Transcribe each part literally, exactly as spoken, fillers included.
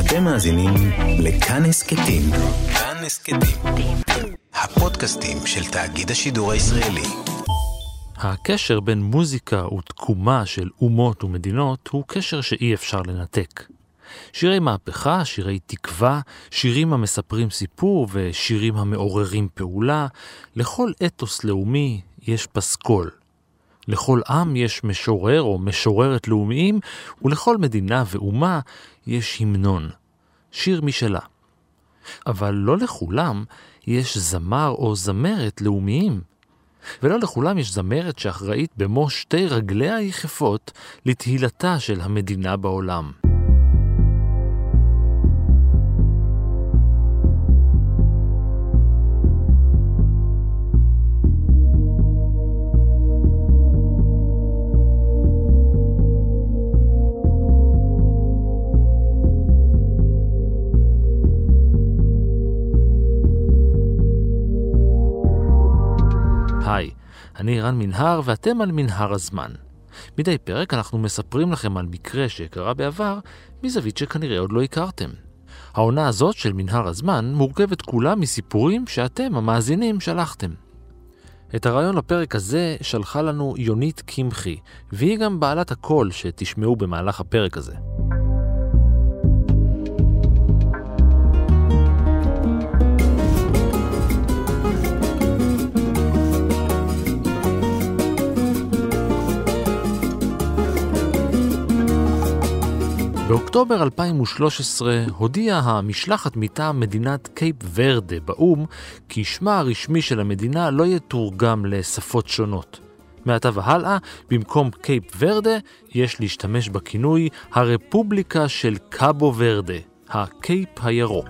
אתם מאזינים לכאן הסכתים. כאן הסכתים. הפודקאסטים של תאגיד השידור הישראלי. הקשר בין מוזיקה ותקומה של אומות ומדינות הוא קשר שאי אפשר לנתק. שירי מהפכה, שירי תקווה, שירים המספרים סיפור ושירים המעוררים פעולה, לכל אתוס לאומי יש פסקול. לכל עם יש משורר או משוררת לאומיים, ולכל מדינה ואומה יש המנון, שיר משלה. אבל לא לכולם יש זמר או זמרת לאומיים. ולא לכולם יש זמרת שאחראית במו שתי רגליה היחפות לתהילתה של המדינה בעולם. היי, אני אירן מנהר ואתם על מנהר הזמן. מדי פרק אנחנו מספרים לכם על מקרה שקרה בעבר מזווית שכנראה עוד לא הכרתם. העונה הזאת של מנהר הזמן מורכבת כולה מסיפורים שאתם המאזינים שלחתם. את הרעיון לפרק הזה שלחה לנו יונית קמחי, והיא גם בעלת הקול שתשמעו במהלך הפרק הזה. באוקטובר אלפיים ושלוש עשרה הודיעה המשלחת מטעם מדינת קייפ ורדה באום כי שמה הרשמי של המדינה לא יתורגם לשפות שונות. מעתה והלאה, במקום קייפ ורדה, יש להשתמש בכינוי הרפובליקה של קאבו ורדה, הקייפ הירוק.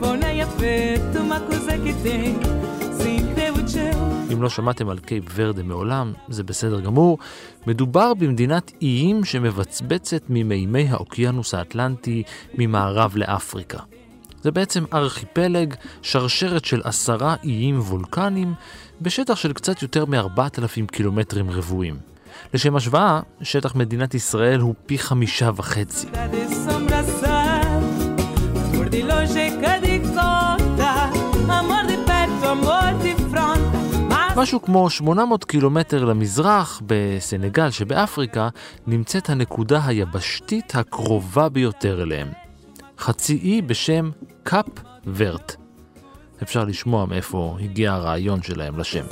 אם לא שמעתם על קייפ ורדה מעולם, זה בסדר גמור. מדובר במדינת איים שמבצבצת ממימי האוקיינוס האטלנטי ממערב לאפריקה. זה בעצם ארכיפלג, שרשרת של עשרה איים וולקנים, בשטח של קצת יותר מ-ארבעת אלפים קילומטרים רבועים. לשם השוואה, שטח מדינת ישראל הוא פי חמישה וחצי. משהו כמו שמונה מאות קילומטר למזרח, בסנגל שבאפריקה, נמצאת הנקודה היבשתית הקרובה ביותר אליהם. חצי אי בשם קאפ ורט. אפשר לשמוע מאיפה הגיע הרעיון שלהם לשם.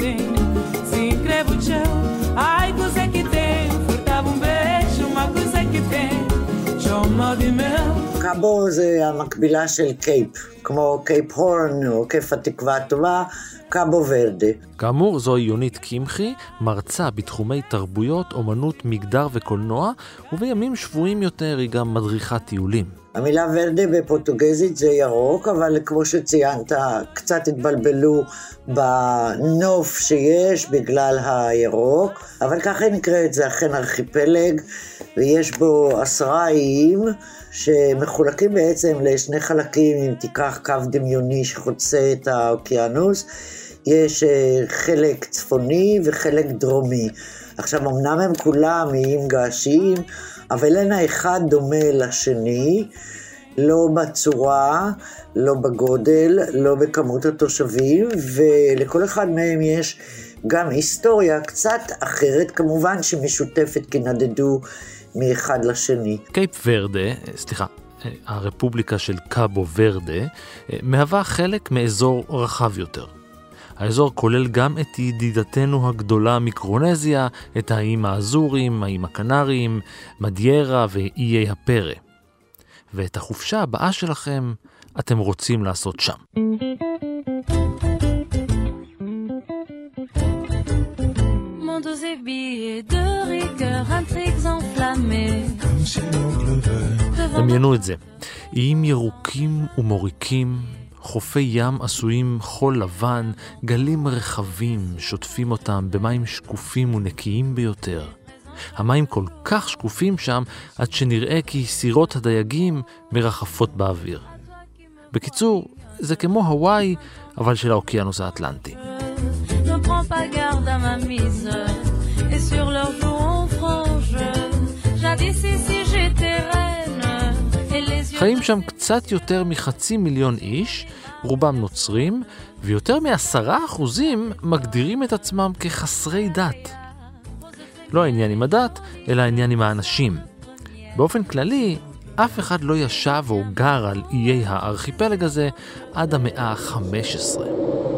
קאבו זה המקבילה של קייפ, כמו קייפ הורן או קייפ התקווה הטובה, קאבו ורדה. כאמור, זו יונית קמחי, מרצה בתחומי תרבויות, אומנות, מגדר וקולנוע, ובימים שבועים יותר היא גם מדריכת טיולים. המילה ורדה בפורטוגזית זה ירוק, אבל כמו שציינת, קצת התבלבלו בנוף שיש בגלל הירוק, אבל ככה נקראת, זה אכן ארכיפלג, ויש בו עשרה איים שמחולקים בעצם לשני חלקים. אם תיקח קו דמיוני שחוצה את האוקיינוס, יש חלק צפוני וחלק דרומי. עכשיו, אמנם הם כולם איים געשיים, אבל אין האחד דומה לשני, לא בצורה, לא בגודל, לא בכמות התושבים, ולכל אחד מהם יש גם היסטוריה קצת אחרת, כמובן שמשותפת, כי נדדו מאחד לשני. קייפ ורדה, סליחה, הרפובליקה של קאבו ורדה, מהווה חלק מאזור רחב יותר. האזור כולל גם את ידידתנו הגדולה מיקרונזיה, את האיים האזוריים, האיים הקנריים, מדיירה ואיי הפרא. ואת החופשה הבאה שלכם אתם רוצים לעשות שם. דמיינו את זה. איים ירוקים ומוריקים, חופי ים עשויים חול לבן, גלים רחבים שוטפים אותם במים שקופים ונקיים ביותר. המים כל כך שקופים שם עד שנראה כי סירות הדייגים מרחפות באוויר. בקיצור, זה כמו הוואי, אבל של האוקיינוס האטלנטי. חיים שם קצת יותר מחצי מיליון איש, רובם נוצרים, ויותר מעשרה אחוזים מגדירים את עצמם כחסרי דת. לא העניין עם הדת, אלא העניין עם האנשים. באופן כללי, אף אחד לא ישב או גר על איי הארכיפלג הזה עד המאה ה-חמש עשרה.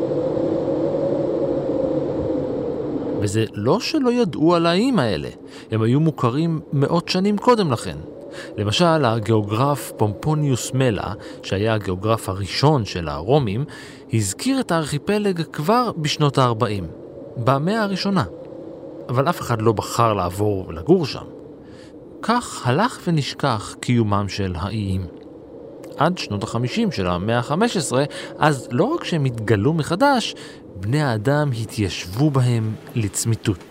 וזה לא שלא ידעו על האיים האלה, הם היו מוכרים מאות שנים קודם לכן. למשל, הגיאוגרף פומפוניוס מלה, שהיה הגיאוגרף הראשון של הרומים, הזכיר את הארכיפלג כבר בשנות ה-ארבעים, במאה הראשונה. אבל אף אחד לא בחר לעבור ולגור שם. כך הלך ונשכח קיומם של האיים. עד שנות ה-חמישים של המאה ה-חמש עשרה, אז לא רק שהם התגלו מחדש, בני האדם התיישבו בהם לצמיתות.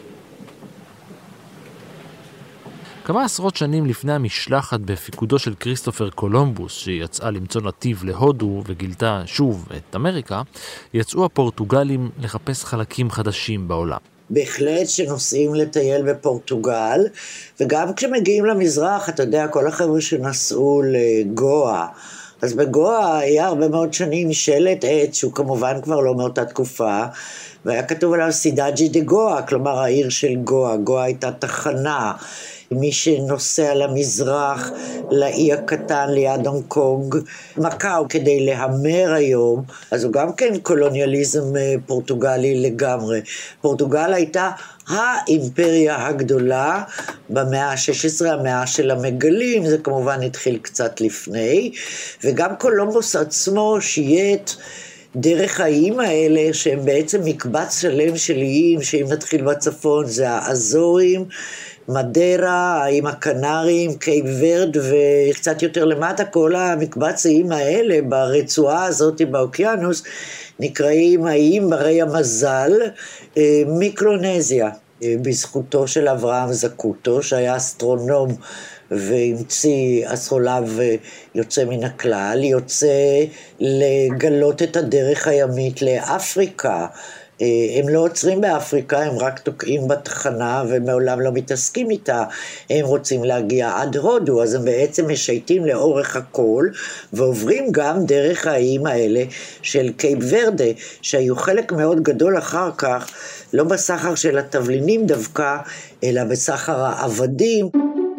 כמה עשרות שנים לפני המשלחת בפיקודו של כריסטופר קולומבוס, שיצאה למצוא נתיב להודו וגילתה שוב את אמריקה, יצאו הפורטוגלים לחפש חלקים חדשים בעולם. בהחלט שנוסעים לטייל בפורטוגל, וגם כשמגיעים למזרח, אתה יודע, כל החבר'ה שנסעו לגואה, אז בגואה היה הרבה מאוד שנים שלט עץ, שהוא כמובן כבר לא מאותה תקופה, והיה כתוב עליו סידאג'י דה גואה, כלומר העיר של גואה. גואה הייתה תחנה, מי שנוסע למזרח, לאי הקטן ליד הונג קונג, מקאו כדי להמר היום, אז הוא גם כן קולוניאליזם פורטוגלי לגמרי. פורטוגל הייתה האימפריה הגדולה במאה ה-שש עשרה, המאה של המגלים, זה כמובן התחיל קצת לפני, וגם קולומבוס עצמו שייט דרך האיים האלה, שהם בעצם מקבץ שלם של איים, שאם נתחיל בצפון זה האזורים, מדרה, האיים הקנריים, קייפ ורד, וקצת יותר למטה, כל המקבץ האיים האלה ברצועה הזאת באוקיינוס, נקראים האיים ברי המזל, מיקרונזיה, בזכותו של אברהם זקוטו, שהיה אסטרונום, והמציא אסטרולב יוצא מן הכלל, יוצא לגלות את הדרך הימית לאפריקה. הם לא עוצרים באפריקה, הם רק תוקעים בתחנה ומעולם לא מתעסקים איתה. הם רוצים להגיע עד הודו, אז הם בעצם משייטים לאורך הכל, ועוברים גם דרך האיים האלה של קייפ ורדה, שהיו חלק מאוד גדול אחר כך, לא בסחר של התבלינים דווקא, אלא בסחר העבדים.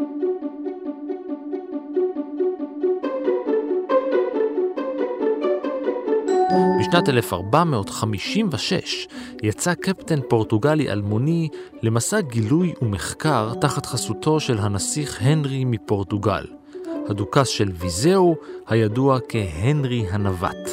בשנת אלף ארבע מאות חמישים ושש יצא קפטן פורטוגלי אלמוני למסע גילוי ומחקר תחת חסותו של הנסיך הנרי מפורטוגל, הדוכס של ויזאו, הידוע כהנרי הנווט.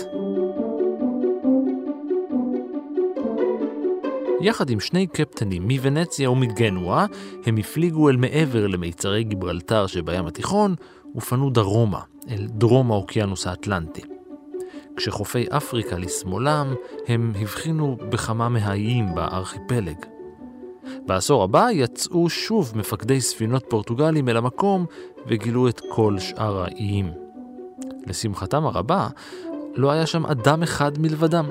יחד עם שני קפטנים מוונציה ומגנואה, הם הפליגו אל מעבר למיצרי גיברלטר שבים התיכון, ופנו דרומה, אל דרום האוקיינוס האטלנטי. כשחופי אפריקה לשמאלם, הם הבחינו בכמה מהאיים בארכיפלג. בעשור הבא יצאו שוב מפקדי ספינות פורטוגלים אל המקום וגילו את כל שאר האיים. לשמחתם הרבה, לא היה שם אדם אחד מלבדם.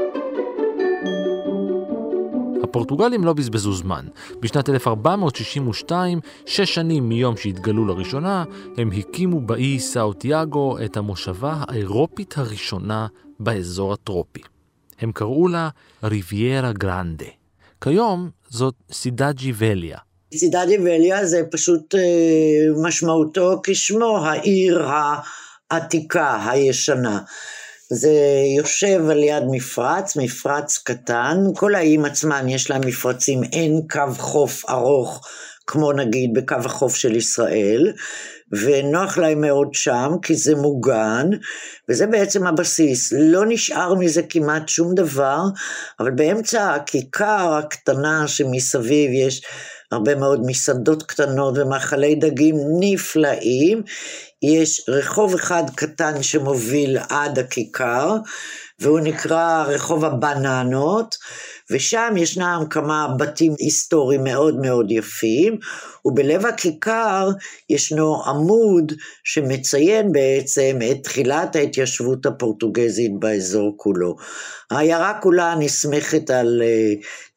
הפורטוגלים לא בזבזו זמן. בשנת אלף ארבע מאות שישים ושתיים, שש שנים מיום שהתגלו לראשונה, הם הקימו באי סאוטיאגו את המושבה האירופית הראשונה באזור הטרופי. הם קראו לה ריביירה גרנדה. כיום זאת סידאג'י וליה. סידאג'י וליה זה פשוט משמעותו כשמו, העיר העתיקה, הישנה. זה יושב על יד מפרץ, מפרץ קטן, כל האיים עצמן יש להם מפרצים, אין קו חוף ארוך, כמו נגיד בקו החוף של ישראל, ונוח להם מאוד שם, כי זה מוגן, וזה בעצם הבסיס. לא נשאר מזה כמעט שום דבר, אבל באמצע הכיכר הקטנה שמסביב יש הרבה מאוד מסעדות קטנות ומאכלי דגים נפלאים, יש רחוב אחד קטן שמוביל עד הכיכר, והוא נקרא רחוב הבננות, ושם ישנם כמה בתים היסטוריים מאוד מאוד יפים, ובלב הכיכר ישנו עמוד שמציין בעצם את תחילת ההתיישבות הפורטוגזית באזור כולו. העיירה כולה נסמכת על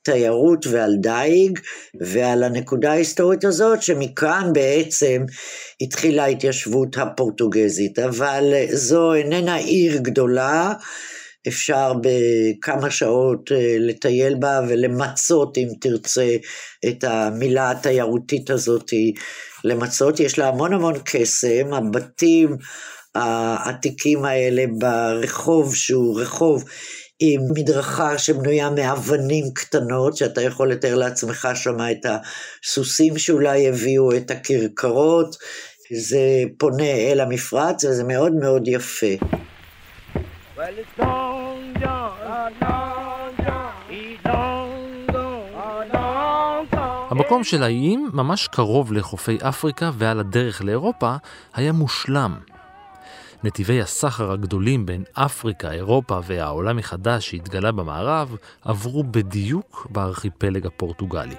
תיירות ועל דייג, ועל הנקודה ההיסטורית הזאת, שמכאן בעצם התחילה ההתיישבות הפורטוגזית, אבל זו איננה עיר גדולה, אפשר בכמה שעות לטייל בה ולמצות, אם תרצה, את המילה התיירותית הזאת, למצות. יש לה המון המון קסם, הבתים העתיקים האלה ברחוב, שהוא רחוב עם מדרכה שבנויה מאבנים קטנות, שאתה יכול לתאר לעצמך שמה את הסוסים שאולי הביאו את הכרכרות, זה פונה אל המפרץ וזה מאוד מאוד יפה. Well, it's long John, oh, long John, he's long gone, oh, long gone. המקום של האיים, ממש קרוב לחופי אפריקה ועל הדרך לאירופה, היה מושלם. נתיבי הסחר הגדולים בין אפריקה, אירופה והעולם החדש שהתגלה במערב, עברו בדיוק בארכיפלג הפורטוגלי.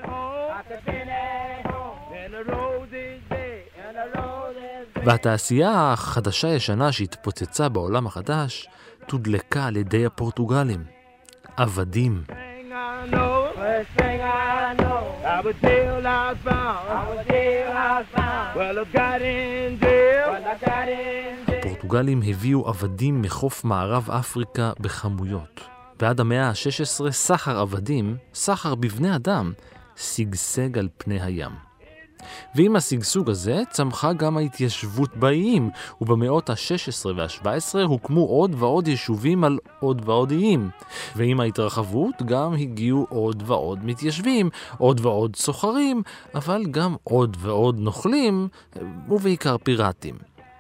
והתעשייה החדשה-ישנה שהתפוצצה בעולם החדש, תודלקה על ידי הפורטוגלים. עבדים. הפורטוגלים הביאו עבדים מחוף מערב אפריקה בכמויות. ועד המאה ה-שש עשרה סחר עבדים, סחר בבני אדם, סגסג על פני הים. ועם הסגסוג הזה צמחה גם ההתיישבות באיים, ובמאות ה-שש עשרה וה-שבע עשרה הוקמו עוד ועוד יישובים על עוד ועוד איים. ועם ההתרחבות גם הגיעו עוד ועוד מתיישבים, עוד ועוד סוחרים, אבל גם עוד ועוד נוכלים, ובעיקר פיראטים.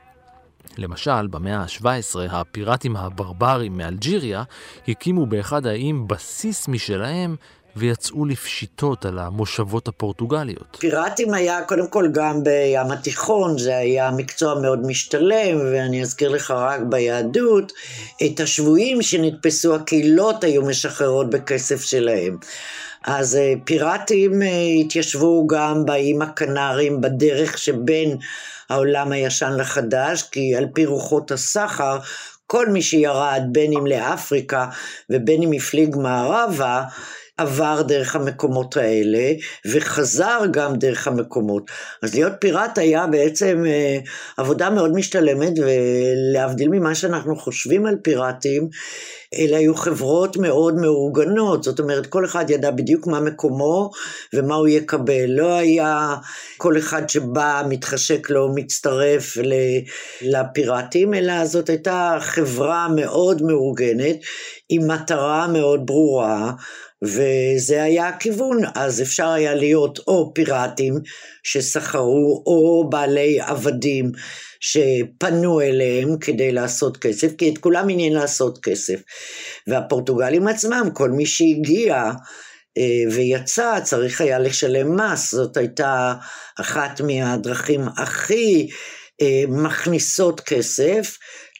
למשל, במאה ה-שבע עשרה הפיראטים הברברים מאלג'יריה הקימו באחד האיים בסיס משלהם, ויצאו לפשיטות על המושבות הפורטוגליות. פיראטים היה קודם כל גם בים התיכון, זה היה מקצוע מאוד משתלם, ואני אזכיר לך רק ביהדות, את השבויים שנתפסו הקהילות היו משחררות בכסף שלהם. אז פיראטים התיישבו גם באיים הקנרים, בדרך שבין העולם הישן לחדש, כי על פי רוחות הסחר, כל מי שירד בין אם לאפריקה ובין אם הפליג מערבה, עבר דרך המקומות האלה, וחזר גם דרך המקומות. אז להיות פיראט היה בעצם אה, עבודה מאוד משתלמת, ולהבדיל ממה שאנחנו חושבים על פיראטים, אלה היו חברות מאוד מאורגנות, זאת אומרת, כל אחד ידע בדיוק מה מקומו, ומה הוא יקבל. לא היה כל אחד שבא, מתחשק לו, מצטרף לפיראטים, אלא זאת הייתה חברה מאוד מאורגנת, עם מטרה מאוד ברורה, וזה היה הכיוון. אז אפשר היה להיות או פיראטים שסחרו, או בעלי עבדים שפנו אליהם כדי לעשות כסף, כי את כולם עניין לעשות כסף. והפורטוגלים עצמם, כל מי שהגיע ויצא, צריך היה לשלם מס. זאת הייתה אחת מהדרכים הכי מכניסות כסף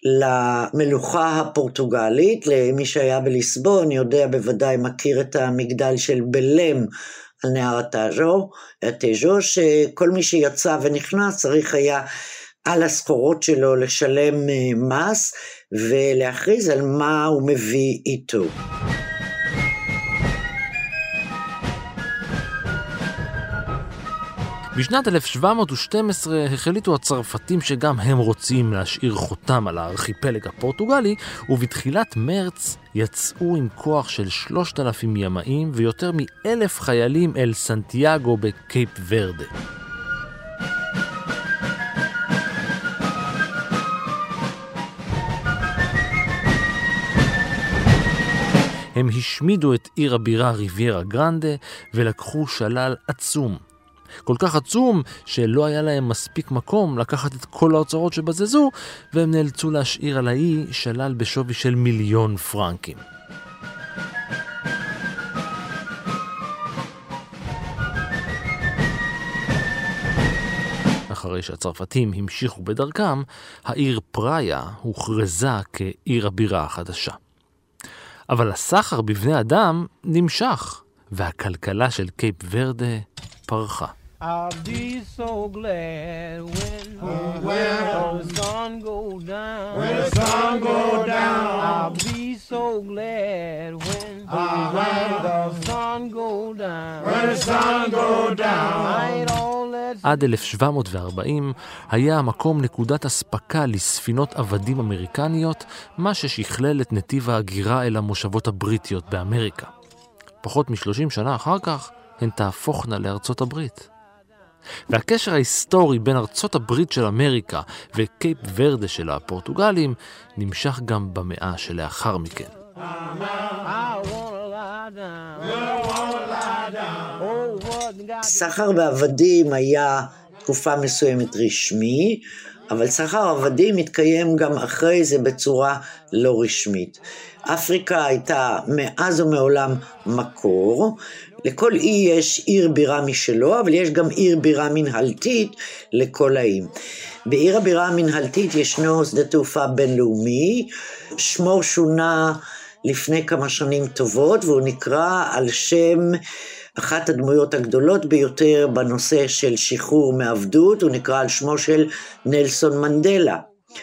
למלוכה הפורטוגלית. למי שהיה בליסבון יודע בוודאי מכיר את המגדל של בלם על נהר הטאז'ו, הטאז'ו, שכל מי שיצא ונכנס צריך היה על הסחורות שלו לשלם מס ולהכריז על מה הוא מביא איתו. בשנת אלף שבע מאות ושתים עשרה החליטו הצרפתים שגם הם רוצים להשאיר חותם על הארכיפלג הפורטוגלי, ובתחילת מרץ יצאו עם כוח של שלושת אלפים ימאים ויותר מאלף חיילים אל סנטיאגו בקייפ ורדה. הם השמידו את עיר הבירה ריביירה גרנדה ולקחו שלל עצום. כל כך עצום שלא היה להם מספיק מקום לקחת את כל האוצרות שבזזו, והם נאלצו להשאיר על האי שלל בשווי של מיליון פרנקים. אחרי שהצרפתים המשיכו בדרכם, העיר פראיה הוכרזה כעיר הבירה החדשה. אבל הסחר בבני אדם נמשך, והכלכלה של קייפ ורדה פרחה. I'll be so glad when, uh, when the sun go down. When the sun go down. I'll be so glad when, uh, when the sun go the sun go down. I don't let... עד אלף שבע מאות וארבעים היה המקום נקודת הספקה לספינות עבדים אמריקניות, מה ששכלל את נתיב ההגירה אל המושבות הבריטיות באמריקה. פחות משלושים שנה אחר כך הן תהפוכנה לארצות הברית. והקשר ההיסטורי בין ארצות הברית של אמריקה וקייפ ורדה של הפורטוגלים נמשך גם במאה שלאחר מכן. סחר בעבדים היה תקופה מסוימת רשמי, אבל סחר עבדים מתקיים גם אחרי זה בצורה לא רשמית. אפריקה הייתה מאז ומעולם מקור, לכל אי יש עיר בירה משלו, אבל יש גם עיר בירה מנהלתית לכל האיים. בעיר הבירה המנהלתית ישנו שדה תעופה בינלאומי, שמו שונה לפני כמה שנים טובות, והוא נקרא על שם אחת הדמויות הגדולות ביותר בנושא של שחרור מעבדות, הוא נקרא על שמו של נלסון מנדלה.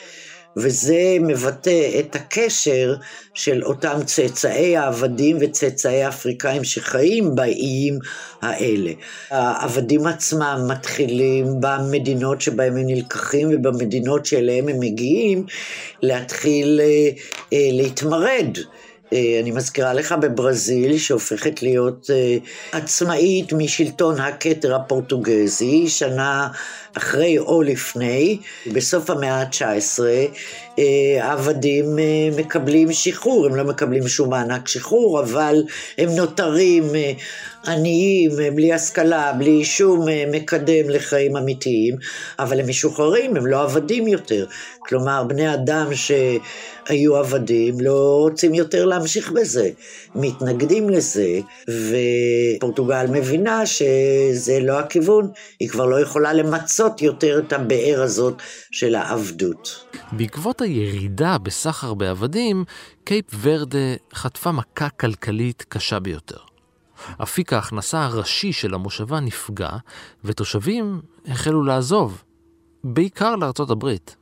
וזה מבטא את הקשר של אותם צאצאי העבדים וצאצאי האפריקאים שחיים באיים האלה. העבדים עצמם מתחילים במדינות שבהם הם נלקחים ובמדינות שאליהם הם מגיעים להתחיל להתמרד. אני מזכירה לך בברזיל שהופכת להיות עצמאית משלטון הכתר הפורטוגזי, שנה אחרי או לפני, בסוף המאה ה-תשע עשרה, העבדים מקבלים שחרור, הם לא מקבלים שום מענק שחרור, אבל הם נותרים עניים, בלי השכלה, בלי שום מקדם לחיים אמיתיים, אבל הם משוחררים, הם לא עבדים יותר. כלומר, בני אדם שהיו עבדים לא רוצים יותר להמשיך בזה, מתנגדים לזה, ופורטוגל מבינה שזה לא הכיוון, היא כבר לא יכולה למצות יותר את הבאר הזאת של העבדות. בעקבות הירידה בסחר בעבדים, קייפ ורדה חטפה מכה כלכלית קשה ביותר. אפיק ההכנסה הראשי של המושבה נפגע, ותושבים החלו לעזוב, בעיקר לארצות הברית.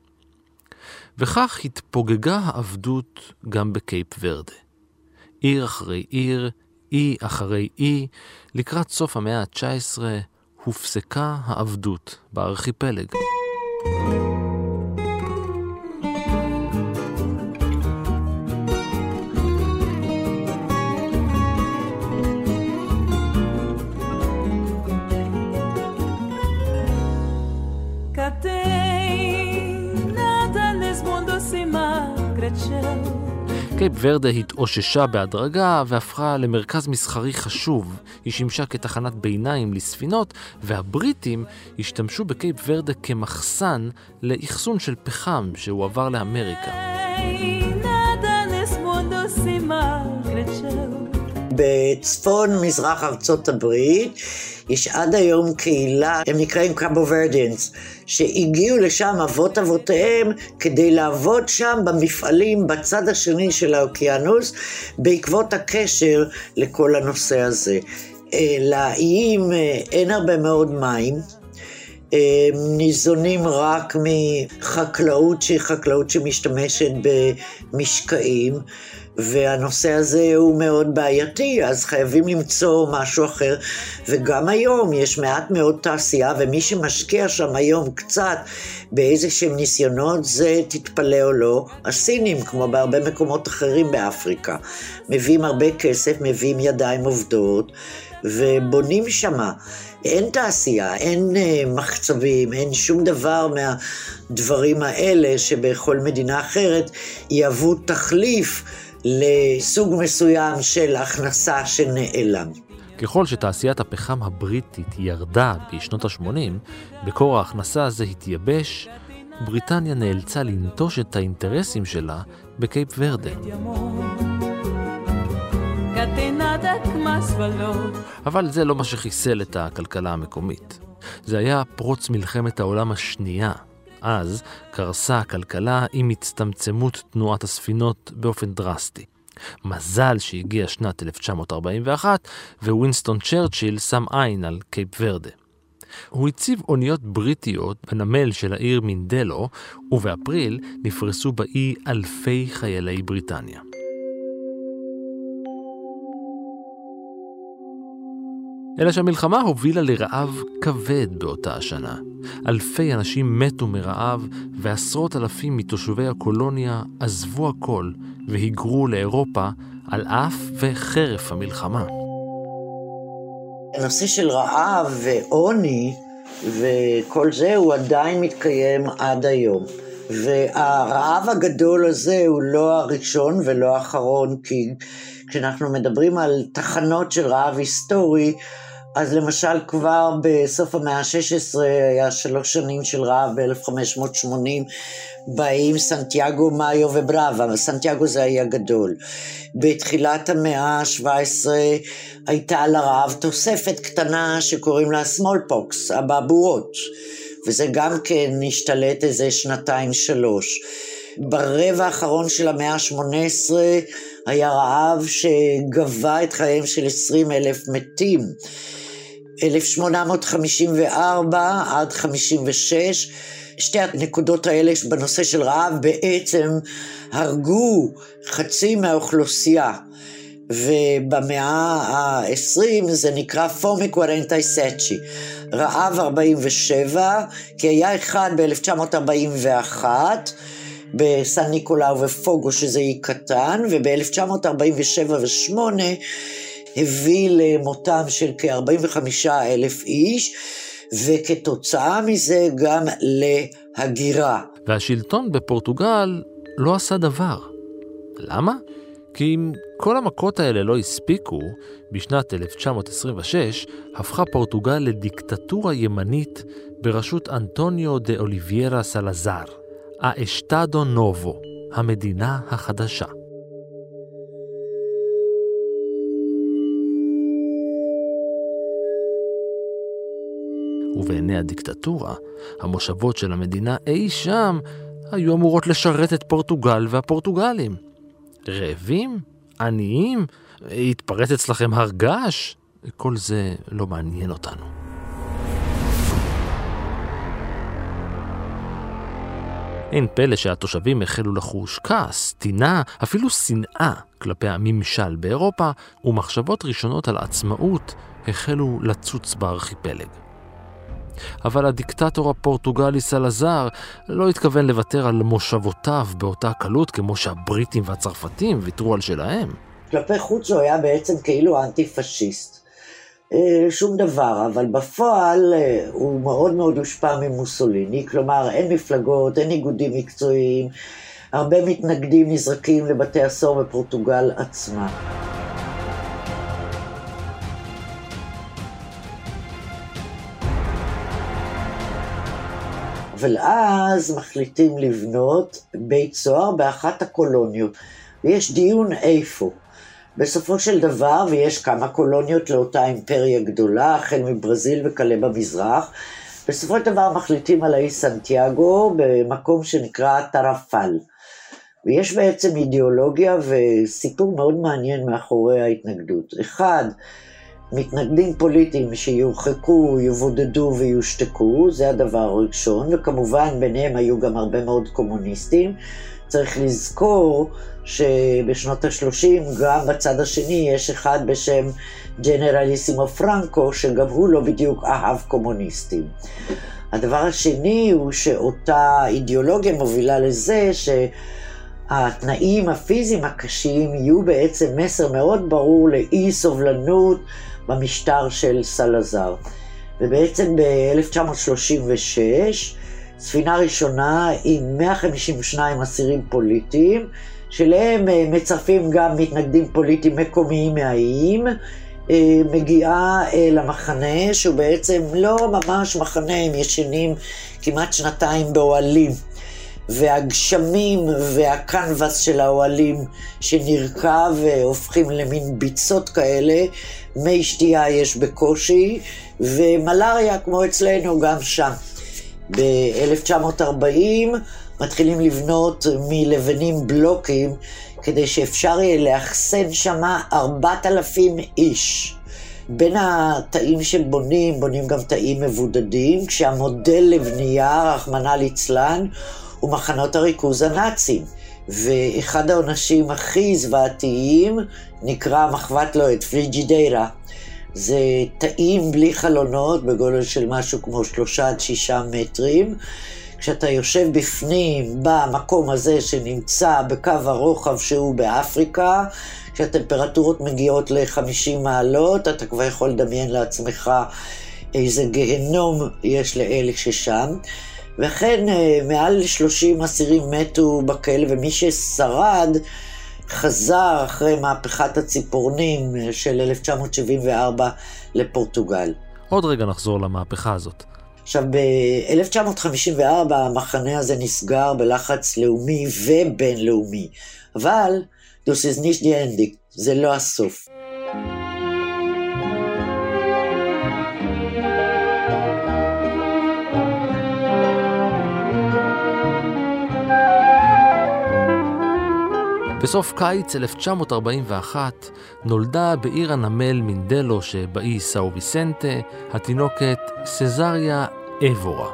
וכך התפוגגה העבדות גם בקייפ ורדה. עיר אחרי עיר, אי אחרי אי, לקראת סוף המאה ה-תשע עשרה הופסקה העבדות בארכיפלג. קייפ ורדה התאוששה בהדרגה והפכה למרכז מסחרי חשוב. היא שימשה כתחנת ביניים לספינות, והבריטים השתמשו בקייפ ורדה כמחסן לאחסון של פחם שהועבר לאמריקה. בצפון מזרח ארצות הברית יש עד היום קהילה, הם נקראים קאבו ורדיאנס, שהגיעו לשם אבות אבותיהם כדי לעבוד שם במפעלים בצד השני של האוקיינוס, בעקבות הקשר לכל הנושא הזה. לאיים אין הרבה מאוד מים, ניזונים רק מחקלאות שהיא חקלאות שמשתמשת במשקעים, והנושא הזה הוא מאוד בעייתי, אז חייבים למצוא משהו אחר, וגם היום יש מעט מאוד תעשייה, ומי שמשקיע שם היום קצת באיזה שהם ניסיונות, זה תתפלא או לא, הסינים, כמו בהרבה מקומות אחרים באפריקה, מביאים הרבה כסף, מביאים ידיים עובדות, ובונים שמה. אין תעשייה, אין מחצבים, אין שום דבר מהדברים האלה שבכל מדינה אחרת יהוו תחליף לסוג מסוים של הכנסה שנעלם. ככל שתעשיית הפחם הבריטית ירדה בשנות ה-שמונים, בקור ההכנסה הזה התייבש, בריטניה נאלצה לנטוש את האינטרסים שלה בקייפ ורדה. אבל זה לא מה שחיסל את הכלכלה המקומית. זה היה פרוץ מלחמת העולם השנייה. אז קרסה הכלכלה עם הצטמצמות תנועת הספינות באופן דרסטי. מזל שהגיעה שנת אלף תשע מאות ארבעים ואחת ווינסטון צ'רצ'יל שם עין על קייפ ורדה. הוא הציב אוניות בריטיות בנמל של העיר מינדלו, ובאפריל נפרסו באי אלפי חיילי בריטניה. אלא שהמלחמה הובילה לרעב כבד באותה השנה. אלפי אנשים מתו מרעב, ועשרות אלפים מתושבי הקולוניה עזבו הכל והיגרו לאירופה על אף וחרף המלחמה. הנושא של רעב ועוני וכל זה הוא עדיין מתקיים עד היום. והרעב הגדול הזה הוא לא הראשון ולא האחרון, כי כשאנחנו מדברים על תחנות של רעב היסטורי, אז למשל כבר בסוף המאה ה-שש עשרה היה שלוש שנים של רעב ב-אלף חמש מאות שמונים, באים סנטיאגו, מאיו וברבה, סנטיאגו זה היה גדול. בתחילת המאה ה-שבע עשרה הייתה לרעב תוספת קטנה שקוראים לה סמולפוקס, הבעבורות, וזה גם כן נשתלט איזה שנתיים שלוש. ברבע האחרון של המאה ה-שמונה עשרה היה רעב שגבה את חייהם של עשרים אלף מתים. אלף שמונה מאות חמישים וארבע עד חמישים ושש, שתי הנקודות האלה בנושא של רעב בעצם הרגו חצי מהאוכלוסייה, ובמאה ה-עשרים זה נקרא פומי קוורנטאי סצ'י, רעב ארבעים ושבע, כי היה אחד ב-אלף תשע מאות ארבעים ואחת, בסן ניקולאו ופוגו שזה אי קטן, וב-אלף תשע מאות ארבעים ושבע ושמונה הביא למותם של כ-ארבעים וחמישה אלף איש, וכתוצאה מזה גם להגירה. והשלטון בפורטוגל לא עשה דבר. למה? כי אם כל המכות האלה לא הספיקו, בשנת אלף תשע מאות עשרים ושש הפכה פורטוגל לדיקטטורה ימנית בראשות אנטוניו דה אוליביירה סלזר. האשטאדו נובו, המדינה החדשה. ובעיני הדיקטטורה, המושבות של המדינה אי שם היו אמורות לשרת את פורטוגל והפורטוגלים. רעבים? עניים? התפרץ אצלכם הרגש? כל זה לא מעניין אותנו. אין פלא שהתושבים החלו לחוש כעס, טינה, אפילו שנאה כלפי הממשל באירופה, ומחשבות ראשונות על עצמאות החלו לצוץ בארכיפלג. אבל הדיקטטור הפורטוגלי סלזר לא התכוון לוותר על מושבותיו באותה קלות כמו שהבריטים והצרפתים ויתרו על שלהם. כלפי חוץ הוא היה בעצם כאילו אנטי-פשיסט. שום דבר, אבל בפועל הוא מאוד מאוד הושפע ממוסוליני, כלומר אין מפלגות, אין איגודים מקצועיים, הרבה מתנגדים נזרקים לבתי הסוהר בפורטוגל עצמה. אבל אז מחליטים לבנות בית סוהר באחת הקולוניות, ויש דיון איפה. בסופו של דבר, ויש כמה קולוניות לאותה אימפריה גדולה, החל מברזיל וכלה במזרח, בסופו של דבר מחליטים על האי סנטיאגו במקום שנקרא טרפל. ויש בעצם אידיאולוגיה וסיפור מאוד מעניין מאחורי ההתנגדות. אחד, מתנגדים פוליטיים שיורחקו, יבודדו ויושתקו, זה הדבר הראשון, וכמובן ביניהם היו גם הרבה מאוד קומוניסטים. צריך לזכור שבשנות ה-שלושים גם בצד השני יש אחד בשם ג'נרליסימו פרנקו, שגם הוא לא בדיוק אהב קומוניסטים. הדבר השני הוא שאותה אידיאולוגיה מובילה לזה שהתנאים הפיזיים הקשים יהיו בעצם מסר מאוד ברור לאי סובלנות במשטר של סלזר. ובעצם ב-אלף תשע מאות שלושים ושש, ספינה ראשונה עם מאה חמישים ושניים אסירים פוליטיים, שלהם מצרפים גם מתנגדים פוליטיים מקומיים מהאיים, מגיעה למחנה שהוא בעצם לא ממש מחנה, הם ישנים כמעט שנתיים באוהלים, והגשמים והקנבס של האוהלים שנרכב הופכים למין ביצות כאלה, מי שתייה יש בקושי, ומלריה כמו אצלנו גם שם. ב-אלף תשע מאות ארבעים מתחילים לבנות מלבנים בלוקים, כדי שאפשר יהיה לאחסן שם ארבעת אלפים איש. בין התאים שבונים, בונים גם תאים מבודדים, כשהמודל לבנייה, רחמנא ליצלן, הוא מחנות הריכוז הנאצים. ואחד העונשים הכי זוועתיים נקרא מחבת לויד, פריג'ידיירה. זה תאים בלי חלונות בגודל של משהו כמו שלושה עד שישה מטרים. כשאתה יושב בפנים במקום הזה שנמצא בקו הרוחב שהוא באפריקה, כשהטמפרטורות מגיעות ל-חמישים מעלות, אתה כבר יכול לדמיין לעצמך איזה גהנום יש לאלה ששם. וכן מעל שלושים אסירים מתו בכלא, ומי ששרד חזר אחרי מהפכת הציפורנים של אלף תשע מאות שבעים וארבע לפורטוגל. עוד רגע נחזור למהפכה הזאת. עכשיו, ב-אלף תשע מאות חמישים וארבע המחנה הזה נסגר בלחץ לאומי ובינלאומי. אבל, das ist nicht die Ende, זה לא הסוף. בסוף קיץ אלף תשע מאות ארבעים ואחת נולדה בעיר הנמל מינדלו שבאי סאו ויסנטה התינוקת סזריה אבורה.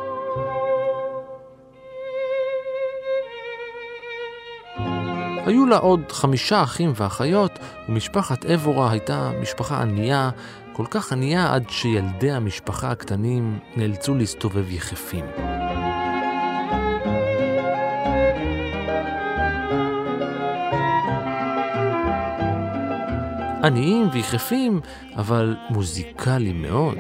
היו לה עוד חמישה אחים ואחיות, ומשפחת אבורה הייתה משפחה ענייה, כל כך ענייה עד שילדי המשפחה הקטנים נאלצו להסתובב יחפים. עניים ויחפים, אבל מוזיקליים מאוד.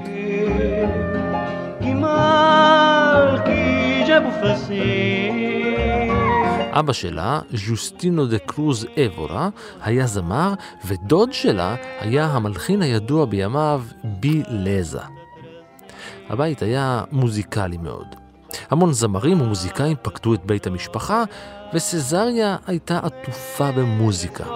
אבא שלה, ז'וסטינו דה קרוז אבורה, היה זמר, ודוד שלה היה המלחין הידוע בימיו בי לזה. הבית היה מוזיקלי מאוד. המון זמרים ומוזיקאים פקדו את בית המשפחה, וסזריה הייתה עטופה במוזיקה.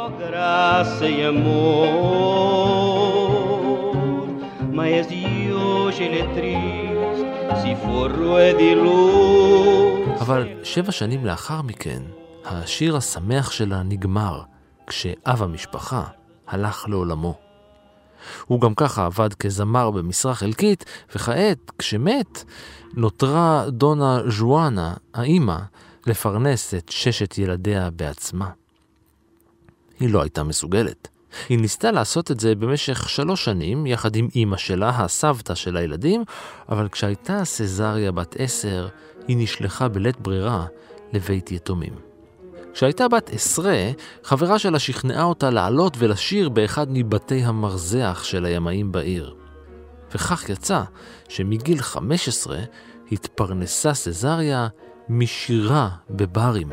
אבל שבע שנים לאחר מכן, השיר השמח שלה נגמר, כשאב המשפחה הלך לעולמו. הוא גם ככה עבד כזמר במשרה חלקית, וכעת, כשמת, נותרה דונה ז'ואנה, האמא, לפרנס את ששת ילדיה בעצמה. היא לא הייתה מסוגלת. היא ניסתה לעשות את זה במשך שלוש שנים, יחד עם אמא שלה, הסבתא של הילדים, אבל כשהייתה סזריה בת עשר, היא נשלחה בלית ברירה לבית יתומים. כשהייתה בת עשרה, חברה שלה שכנעה אותה לעלות ולשיר באחד מבתי המרזח של הימאים בעיר. וכך יצא שמגיל חמש עשרה התפרנסה סזריה משירה בברים.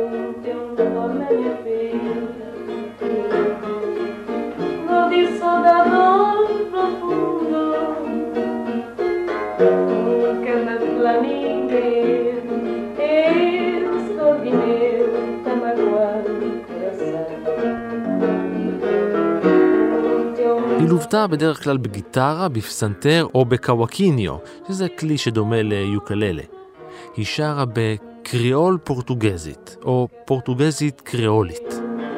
היא לובטה בדרך כלל בגיטרה, בפסנתר או בקוואקיניו, שזה כלי שדומה ליוקללה. היא שרה בקריאול פורטוגזית, או פורטוגזית קריאולית.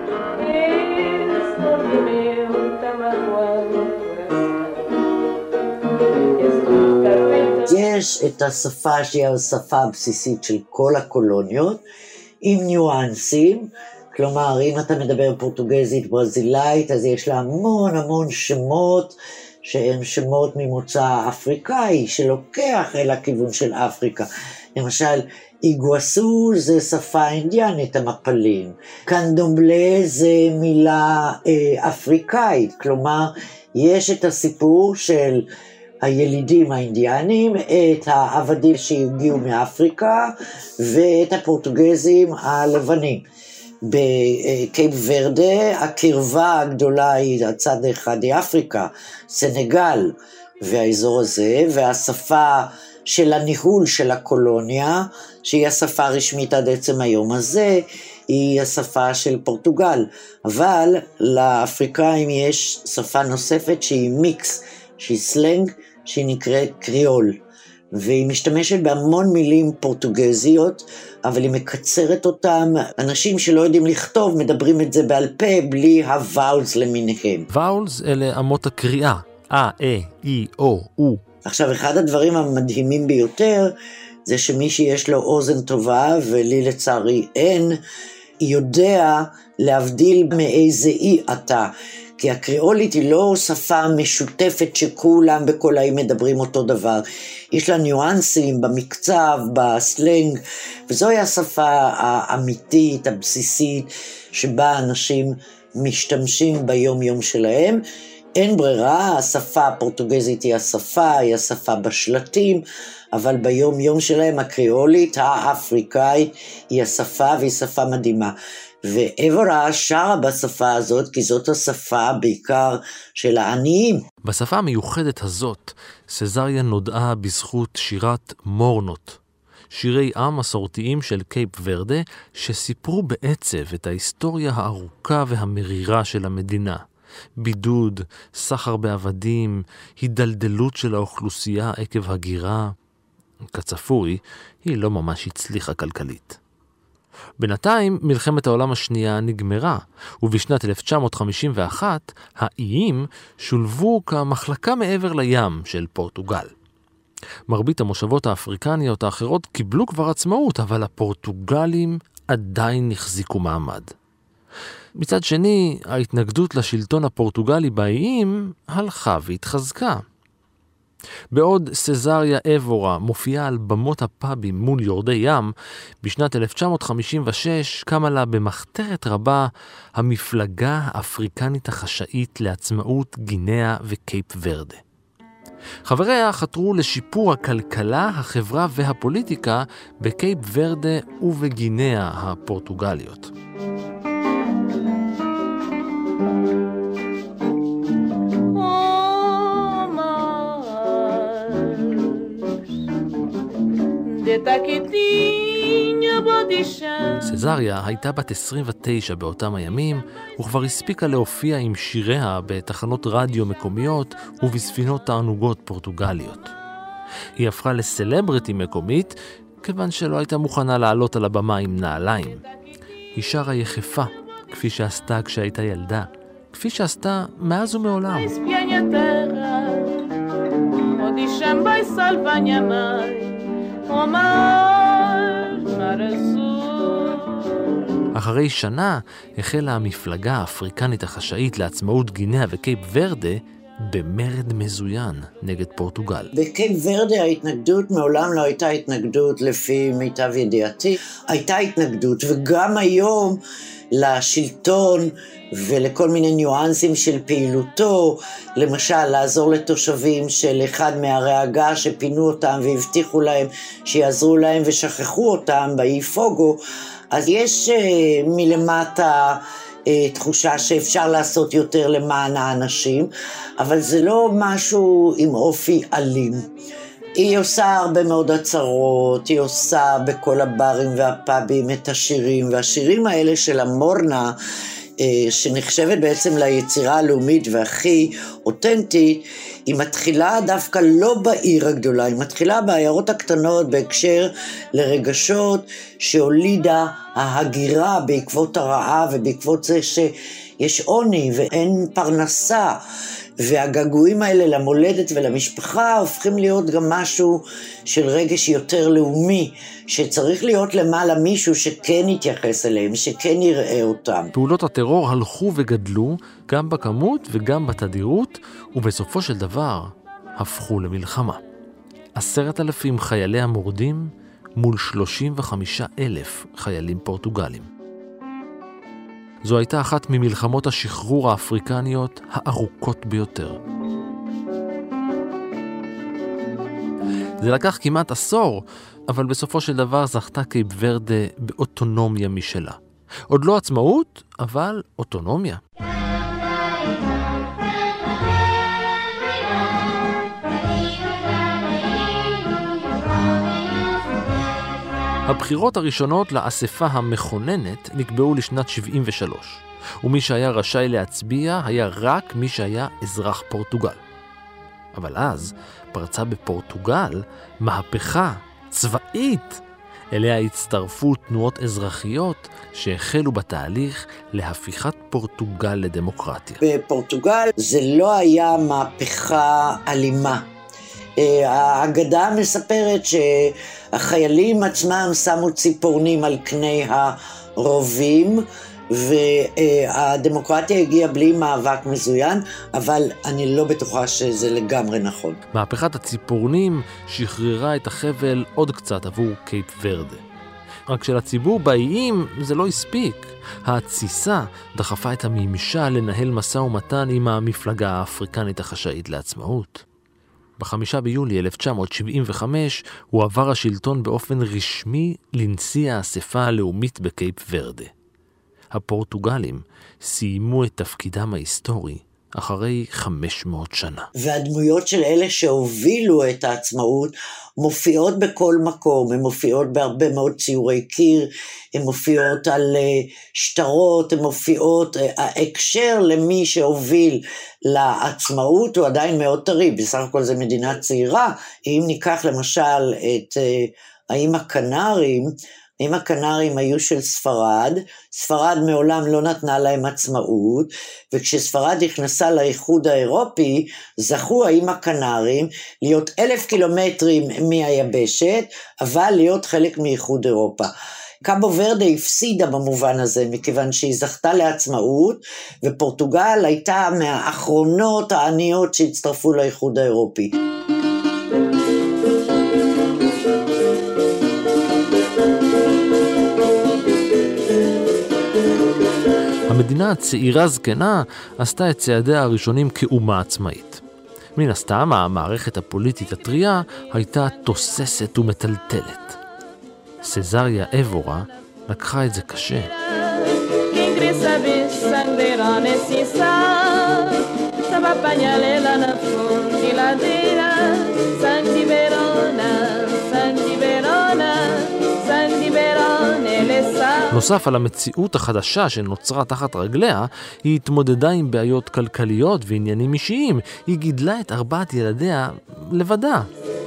יש את השפה שהיא השפה הבסיסית של כל הקולוניות, עם ניואנסים, כלומר, אם אתה מדבר פורטוגזית ברזילאית, אז יש לה המון המון שמות, שהם שמות ממוצא אפריקאי, שלוקח אל הכיוון של אפריקה. למשל, איגואסו זה שפה אינדיאנית, המפלים. קנדומבלה זה מילה אה, אפריקאית, כלומר, יש את הסיפור של הילידים האינדיאנים, את העבדים שהגיעו מאפריקה, ואת הפורטוגזים הלבנים. בקייפ ורדה, הקרבה הגדולה היא הצד אחד היא אפריקה, סנגל והאזור הזה, והשפה של הניהול של הקולוניה, שהיא השפה הרשמית עד עצם היום הזה, היא השפה של פורטוגל. אבל לאפריקאים יש שפה נוספת שהיא מיקס, שהיא סלנג, שהיא נקראת קריאול. והיא משתמשת בהמון מילים פורטוגזיות, אבל היא מקצרת אותם. אנשים שלא יודעים לכתוב מדברים את זה בעל פה בלי הוואולס למיניהם. וואולס אלה אמות הקריאה, אה, אה, אי, או, או. עכשיו, אחד הדברים המדהימים ביותר, זה שמי שיש לו אוזן טובה, ולי לצערי אין, יודע להבדיל מאיזה אי אתה. כי הקריאולית היא לא שפה משותפת שכולם בכל העיר מדברים אותו דבר. יש לה ניואנסים במקצב, בסלנג, וזוהי השפה האמיתית, הבסיסית, שבה אנשים משתמשים ביום יום שלהם. אין ברירה, השפה הפורטוגזית היא השפה, היא השפה בשלטים, אבל ביום יום שלהם הקריאולית האפריקאית היא השפה והיא שפה מדהימה. ואבורה שרה בשפה הזאת, כי זאת השפה בעיקר של העניים. בשפה המיוחדת הזאת, סזריה נודעה בזכות שירת מורנות. שירי עם מסורתיים של קייפ ורדה, שסיפרו בעצב את ההיסטוריה הארוכה והמרירה של המדינה. בידוד, סחר בעבדים, הידלדלות של האוכלוסייה עקב הגירה. כצפוי, היא לא ממש הצליחה כלכלית. בינתיים מלחמת העולם השנייה נגמרה, ובשנת אלף תשע מאות חמישים ואחת האיים שולבו כמחלקה מעבר לים של פורטוגל. מרבית המושבות האפריקניות האחרות קיבלו כבר עצמאות, אבל הפורטוגלים עדיין החזיקו מעמד. מצד שני, ההתנגדות לשלטון הפורטוגלי באיים הלכה והתחזקה. בעוד סזריה אבורה מופיעה על במות הפאבים מול יורדי ים, בשנת אלף תשע מאות חמישים ושש קמה לה במחתרת רבה המפלגה האפריקנית החשאית לעצמאות גינאה וקייפ ורדה. חבריה חתרו לשיפור הכלכלה, החברה והפוליטיקה בקייפ ורדה ובגינאה הפורטוגליות. סזריה הייתה בת עשרים ותשע באותם הימים, וכבר הספיקה להופיע עם שיריה בתחנות רדיו מקומיות ובספינות תענוגות פורטוגליות. היא הפכה לסלבריטי מקומית, כיוון שלא הייתה מוכנה לעלות על הבמה עם נעליים. היא שרה יחפה, כפי שעשתה כשהייתה ילדה, כפי שעשתה מאז ומעולם. אחרי שנה החלה המפלגה האפריקנית החשאית לעצמאות גינאה וקייפ ורדה במרד מזוין נגד פורטוגל. בקייפ ורדה ההתנגדות מעולם לא הייתה התנגדות לפי מיטב ידיעתי. הייתה התנגדות, וגם היום לשלטון ולכל מיני ניואנסים של פעילותו, למשל לעזור לתושבים של אחד מערי הגה שפינו אותם והבטיחו להם שיעזרו להם ושכחו אותם באי פוגו, אז יש uh, מלמטה uh, תחושה שאפשר לעשות יותר למען האנשים, אבל זה לא משהו עם אופי אלים. היא עושה הרבה מאוד הצהרות, היא עושה בכל הברים והפאבים את השירים, והשירים האלה של המורנה, שנחשבת בעצם ליצירה הלאומית והכי אותנטית, היא מתחילה דווקא לא בעיר הגדולה, היא מתחילה בעיירות הקטנות בהקשר לרגשות שהולידה ההגירה בעקבות הרעב ובעקבות זה שיש עוני ואין פרנסה, והגעגועים האלה למולדת ולמשפחה הופכים להיות גם משהו של רגש יותר לאומי, שצריך להיות למעלה מישהו שכן יתייחס אליהם, שכן יראה אותם. פעולות הטרור הלכו וגדלו גם בכמות וגם בתדירות, ובסופו של דבר הפכו למלחמה. עשרת אלפים חיילי המורדים מול שלושים וחמישה אלף חיילים פורטוגלים. זו הייתה אחת ממלחמות השחרור האפריקניות הארוכות ביותר. זה לקח כמעט עשור, אבל בסופו של דבר זכתה קייפ ורדה באוטונומיה משלה. עוד לא עצמאות, אבל אוטונומיה. הבחירות הראשונות לאספה המכוננת נקבעו לשנת שבעים ושלוש, ומי שהיה רשאי להצביע היה רק מי שהיה אזרח פורטוגל. אבל אז פרצה בפורטוגל מהפכה צבאית, אליה הצטרפו תנועות אזרחיות שהחלו בתהליך להפיכת פורטוגל לדמוקרטיה. בפורטוגל זה לא היה מהפכה אלימה. האגדה מספרת שהחיילים עצמם שמו ציפורנים על קני רובים, והדמוקרטיה הגיעה בלי מאבק מזוין, אבל אני לא בטוחה שזה לגמרי נכון. מהפכת הציפורנים שחררה את החבל עוד קצת עבור קייפ ורדה. רק שלציבור באיים זה לא הספיק. התסיסה דחפה את הממשל לנהל משא ומתן עם המפלגה האפריקנית החשאית לעצמאות. בחמישה ביולי אלף תשע מאות שבעים וחמש הוא עבר השלטון באופן רשמי לנשיא האספה הלאומית בקייפ ורדה. הפורטוגלים סיימו את תפקידם ההיסטורי אחרי חמש מאות שנה. והדמויות של אלה שהובילו את העצמאות מופיעות בכל מקום, הן מופיעות בהרבה מאוד ציורי קיר, הן מופיעות על שטרות, הן מופיעות, ההקשר למי שהוביל לעצמאות הוא עדיין מאוד טרי, בסך הכל זה מדינה צעירה. אם ניקח למשל את האיים הקנרים, האיים הקנרים היו של ספרד, ספרד מעולם לא נתנה להם עצמאות, וכשספרד נכנסה לאיחוד האירופי, זכו האיים הקנרים להיות אלף קילומטרים מהיבשת, אבל להיות חלק מאיחוד אירופה. קאבו ורדה הפסידה במובן הזה, מכיוון שהיא זכתה לעצמאות, ופורטוגל הייתה מהאחרונות העניות שהצטרפו לאיחוד האירופי. המדינה הצעירה זקנה עשתה את צעדיה הראשונים כאומה עצמאית. מן הסתם, המערכת הפוליטית הטריה הייתה תוססת ומטלטלת. סזריה אבורה לקחה את זה קשה. נוסף על המציאות החדשה שנוצרה תחת רגליה, היא התמודדה עם בעיות כלכליות ועניינים אישיים. היא גידלה את ארבעת ילדיה לבדה.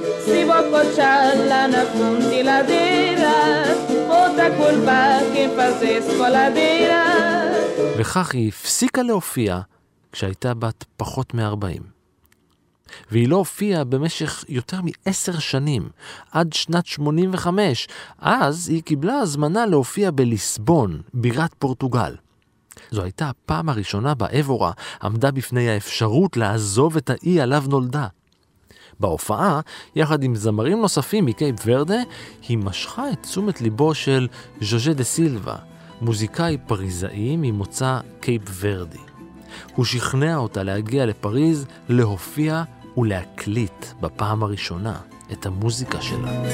וכך היא הפסיקה להופיע כשהייתה בת פחות מ-ארבעים. והיא לא הופיעה במשך יותר מעשר שנים, עד שנת שמונים וחמש. אז היא קיבלה הזמנה להופיע בליסבון, בירת פורטוגל. זו הייתה הפעם הראשונה בה אבורה עמדה בפני האפשרות לעזוב את האי עליו נולדה. בהופעה, יחד עם זמרים נוספים מקייפ ורדה, היא משכה את תשומת ליבו של ז'וז'ה דה סילבה, מוזיקאי פריזאי ממוצא קייפ ורדי. הוא שכנע אותה להגיע לפריז, להופיע ולהקליט בפעם הראשונה את המוזיקה שלה.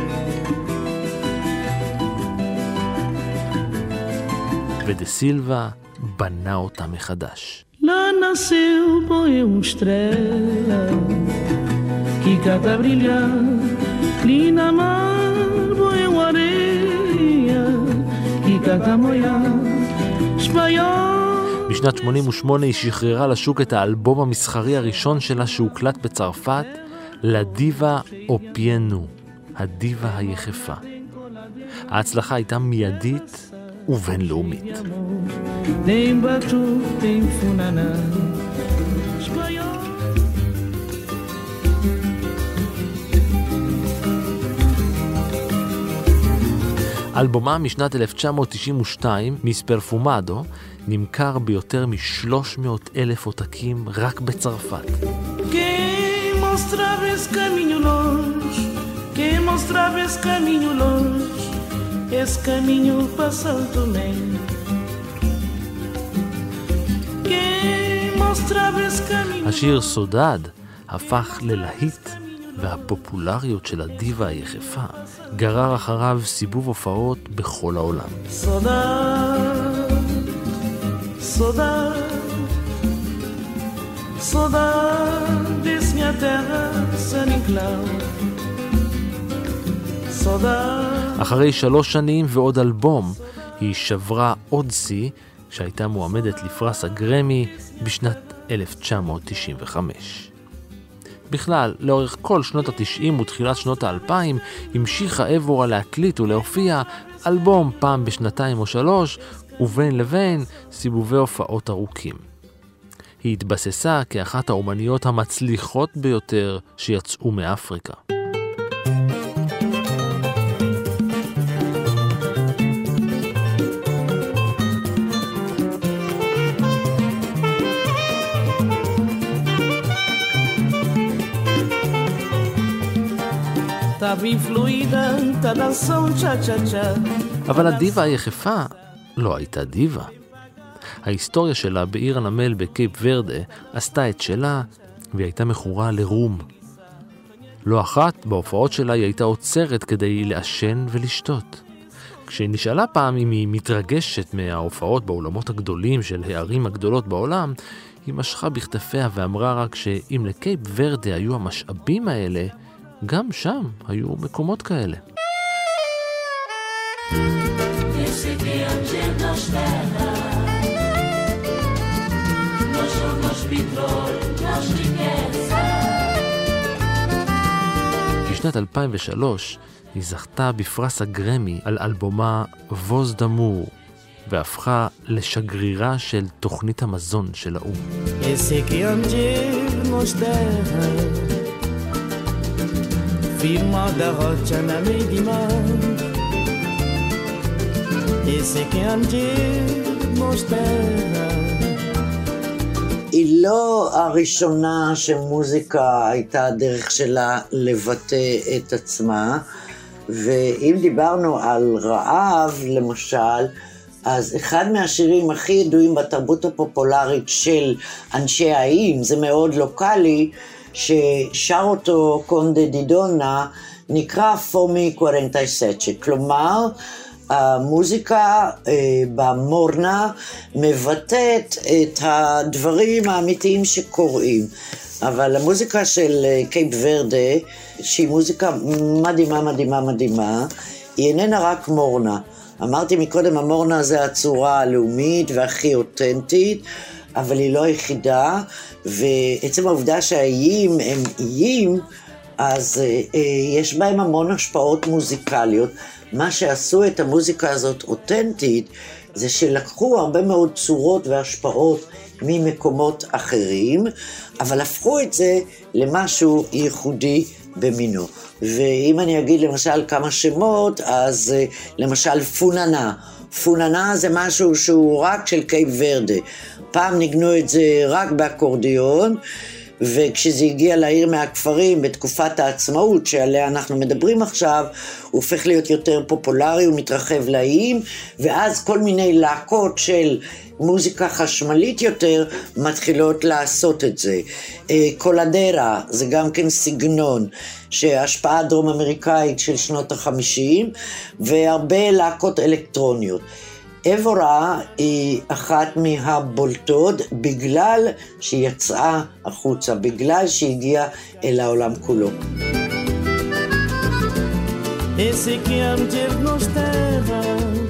ודה סילבה בנה אותה מחדש. Lá nasceu boa estrela que cata brilhar Lina mar boa areia que cata moia espanhol. בשנת שמונים ושמונה היא שחררה לשוק את האלבום המסחרי הראשון שלה שהוקלט בצרפת, לדיבה אופיינו, הדיבה היחפה. ההצלחה הייתה מיידית ובינלאומית. אלבומה משנת אלף תשע מאות תשעים ושתיים, מיס פרפומדו, נמכר ביותר מ-שלוש מאות אלף עותקים רק בצרפת. Quem mostrava esse caminho longe, quem mostrava esse caminho longe, esse caminho passa também. Quem mostrava esse caminho. השיר סודד הפך ללהיט, והפופולריות של הדיבה היחפה גרר אחריו סיבוב הופעות בכל העולם. Saudade, saudade, saudade desse minha terra, San Inclau. Saudade. אחרי שלוש שנים ועוד אלבום, היא שברה עוד שיא שהייתה מועמדת לפרס הגרמי בשנת אלף תשע מאות תשעים וחמש. בכלל, לאורך כל שנות ה-תשעים ותחילת שנות ה-אלפיים, המשיכה אבורה להקליט ולהופיע אלבום פעם בשנתיים או שלוש, ובין לבין סיבובי הופעות ארוכים. היא התבססה כאחת האומניות המצליחות ביותר שיצאו מאפריקה. nave fluida, tá dançando cha-cha-cha. אבל הדיבה היחפה לא הייתה דיבה. ההיסטוריה שלה בעיר הנמל בקייפ ורדה עשתה את שלה, והיא הייתה מכורה לרום. לא אחת בהופעות שלה היא הייתה עוצרת כדי לעשן ולשתות. כשהיא נשאלה פעם אם היא מתרגשת מההופעות באולמות הגדולים של הערים הגדולות בעולם, היא משכה בכתפיה ואמרה רק שאם לקייפ ורדה היו המשאבים האלה, גם שם היו מקומות כאלה. בשנת אלפיים ושלוש היא זכתה בפרס הגרמי על אלבומה ווז דמור, והפכה לשגרירה של תוכנית המזון של האום. Esse que antes nos terra firma da rocha na medima. Esse que antes nos terra. היא לא הראשונה שמוזיקה הייתה הדרך שלה לבטא את עצמה, ואם דיברנו על רעב למשל, אז אחד מהשירים הכי ידועים בתרבות הפופולרית של אנשי האיים, זה מאוד לוקלי, ששר אותו קונדה דידונה, נקרא פומי ארבעים ושבע, כלומר, המוזיקה אה, במורנה מבטאת את הדברים האמיתיים שקורים. אבל המוזיקה של קייפ ורדה, שהיא מוזיקה מדהימה, מדהימה, מדהימה, היא איננה רק מורנה. אמרתי מקודם, המורנה זה הצורה הלאומית והכי אותנטית, אבל היא לא היחידה, ועצם העובדה שהאיים הם איים, אז אה, אה, יש בהם המון השפעות מוזיקליות. מה שעשו את המוזיקה הזאת אותנטית, זה שלקחו הרבה מאוד צורות והשפעות ממקומות אחרים, אבל הפכו את זה למשהו ייחודי במינו. ואם אני אגיד למשל כמה שמות, אז למשל פוננה. פוננה זה משהו שהוא רק של קייפ ורדה. פעם ניגנו את זה רק באקורדיון, וכשזה הגיע לעיר מהכפרים בתקופת העצמאות שעליה אנחנו מדברים עכשיו, הוא הופך להיות יותר פופולרי, הוא מתרחב לאיים, ואז כל מיני להקות של מוזיקה חשמלית יותר מתחילות לעשות את זה. קולדרה זה גם כן סגנון שהשפעה דרום אמריקאית של שנות החמישים, והרבה להקות אלקטרוניות. אבורה היא אחת מהבולטות בגלל שהיא יצאה החוצה, בגלל שהיא הגיעה אל העולם כולו. Esse que antes nos terra.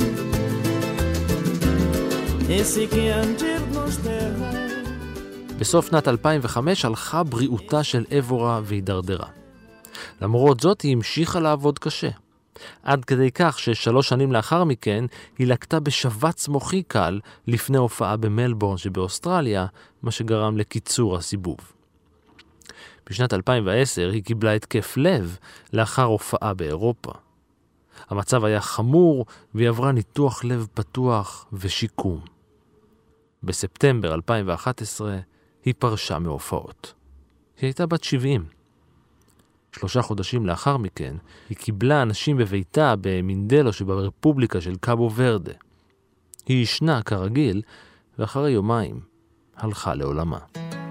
Esse que antes nos terra. בסוף שנת אלפיים וחמש הלכה בריאותה של אבורה והידרדרה. למרות זאת היא המשיכה לעבוד קשה. עד כדי כך ששלוש שנים לאחר מכן היא לקטה בשבץ מוחי קל לפני הופעה במלבורן שבאוסטרליה, מה שגרם לקיצור הסיבוב. בשנת אלפיים ועשר היא קיבלה התקף לב לאחר הופעה באירופה. המצב היה חמור והיא עברה ניתוח לב פתוח ושיקום. בספטמבר אלפיים ואחת עשרה היא פרשה מהופעות. היא הייתה בת שבעים. שלושה חודשים לאחר מכן, היא קיבלה אנשים בביתה במינדלו שברפובליקה של קאבו ורדה. היא ישנה כרגיל, ואחרי יומיים הלכה לעולמה.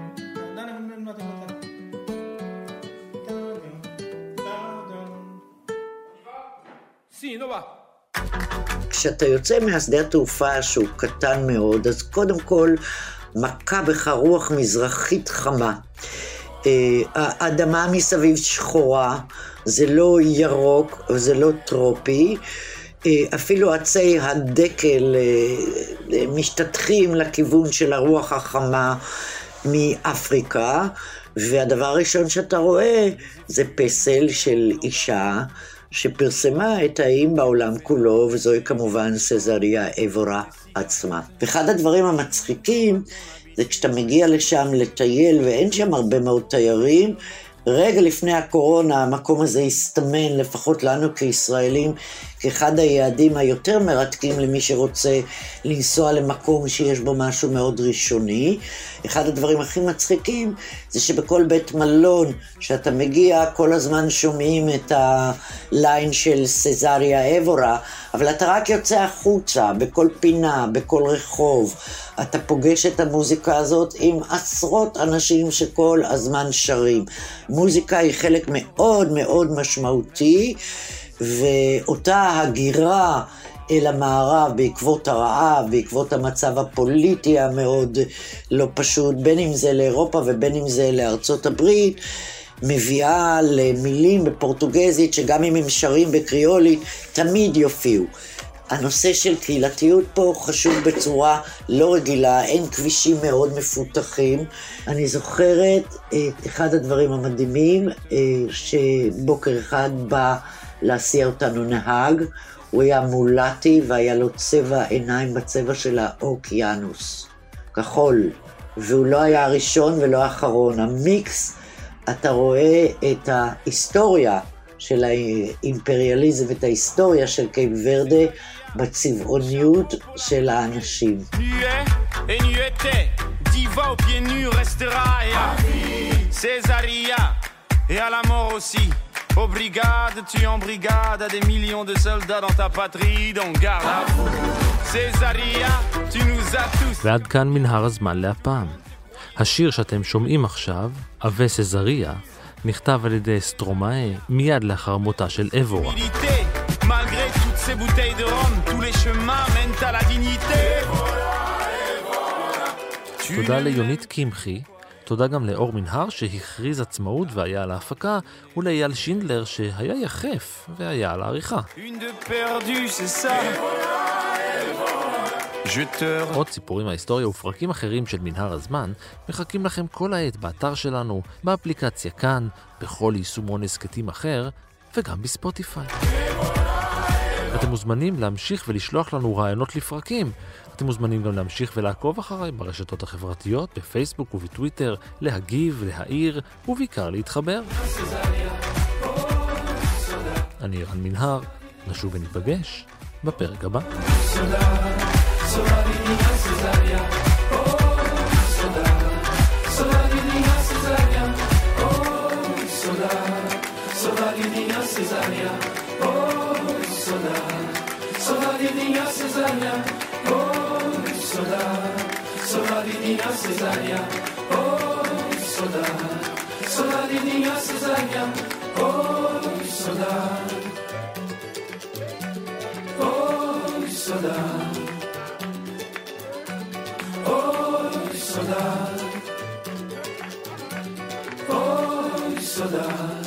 כשאתה יוצא מהשדה התעופה שהוא קטן מאוד, אז קודם כל מכה בך רוח מזרחית חמה. האדמה מסביב שחורה, זה לא ירוק, זה לא טרופי, אפילו עצי הדקל משתתחים לכיוון של הרוח החמה מאפריקה, והדבר הראשון שאתה רואה זה פסל של אישה שפרסמה את האיים בעולם כולו, וזוהי כמובן סזריה אבורה עצמה. ואחד הדברים המצחיקים זה כשאתה מגיע לשם לטייל, ואין שם הרבה מאוד תיירים, רגע לפני הקורונה המקום הזה הסתמן, לפחות לנו כישראלים, כאחד היעדים היותר מרתקים למי שרוצה לנסוע למקום שיש בו משהו מאוד ראשוני. אחד הדברים הכי מצחיקים זה שבכל בית מלון שאתה מגיע כל הזמן שומעים את הליין של סזריה אבורה, אבל אתה רק יוצא החוצה בכל פינה, בכל רחוב, אתה פוגש את המוזיקה הזאת עם עשרות אנשים שכל הזמן שרים. מוזיקה היא חלק מאוד מאוד משמעותי, ואותה הגירה אל המערב בעקבות הרעב, בעקבות המצב הפוליטי המאוד לא פשוט, בין אם זה לאירופה ובין אם זה לארצות הברית, מביאה למילים בפורטוגזית שגם אם הם שרים בקריולית תמיד יופיעו. הנושא של קהילתיות פה חשוב בצורה לא רגילה, אין כבישים מאוד מפותחים. אני זוכרת את אחד הדברים המדהימים, שבוקר אחד בא להסיע אותנו נהג, הוא היה מולטי והיה לו צבע עיניים בצבע של האוקיינוס, כחול, והוא לא היה הראשון ולא האחרון. המיקס, אתה רואה את ההיסטוריה של האימפריאליזם, את ההיסטוריה של קייפ ורדה בצבעוניות של האנשים. Aux brigades, tu en brigade, à des millions de soldats dans ta patrie, donc garde à vous. Césaria, tu nous as tous. ועד כאן מנהר הזמן להפעם. השיר שאתם שומעים עכשיו, אבה סזריה, נכתב על ידי סטרומאי מיד לאחר מותה של אבורה. Malgré toutes ces bouteilles de rhum, tous les chemins mènent à la dignité. תודה ליונית קמחי, תודה גם לאור מנהר שהכריז עצמאות והיה על ההפקה, ולאייל שינדלר שהיה יחף והיה על העריכה. עוד סיפורים מההיסטוריה ופרקים אחרים של מנהר הזמן מחכים לכם כל העת באתר שלנו, באפליקציה כאן, בכל יישומון הסקטים אחר וגם בספוטיפיי. אתם מוזמנים להמשיך ולשלוח לנו רעיונות לפרקים. אתם מוזמנים גם להמשיך ולעקוב אחריי ברשתות החברתיות, בפייסבוק ובטוויטר, להגיב, להעיר ובעיקר להתחבר. אני רן מנהר, נשוב וניפגש בפרק הבא. Soldadinha Cesária, oh soldado, soldadinha Cesária, oh soldado, oh soldado, oh soldado, oh soldado.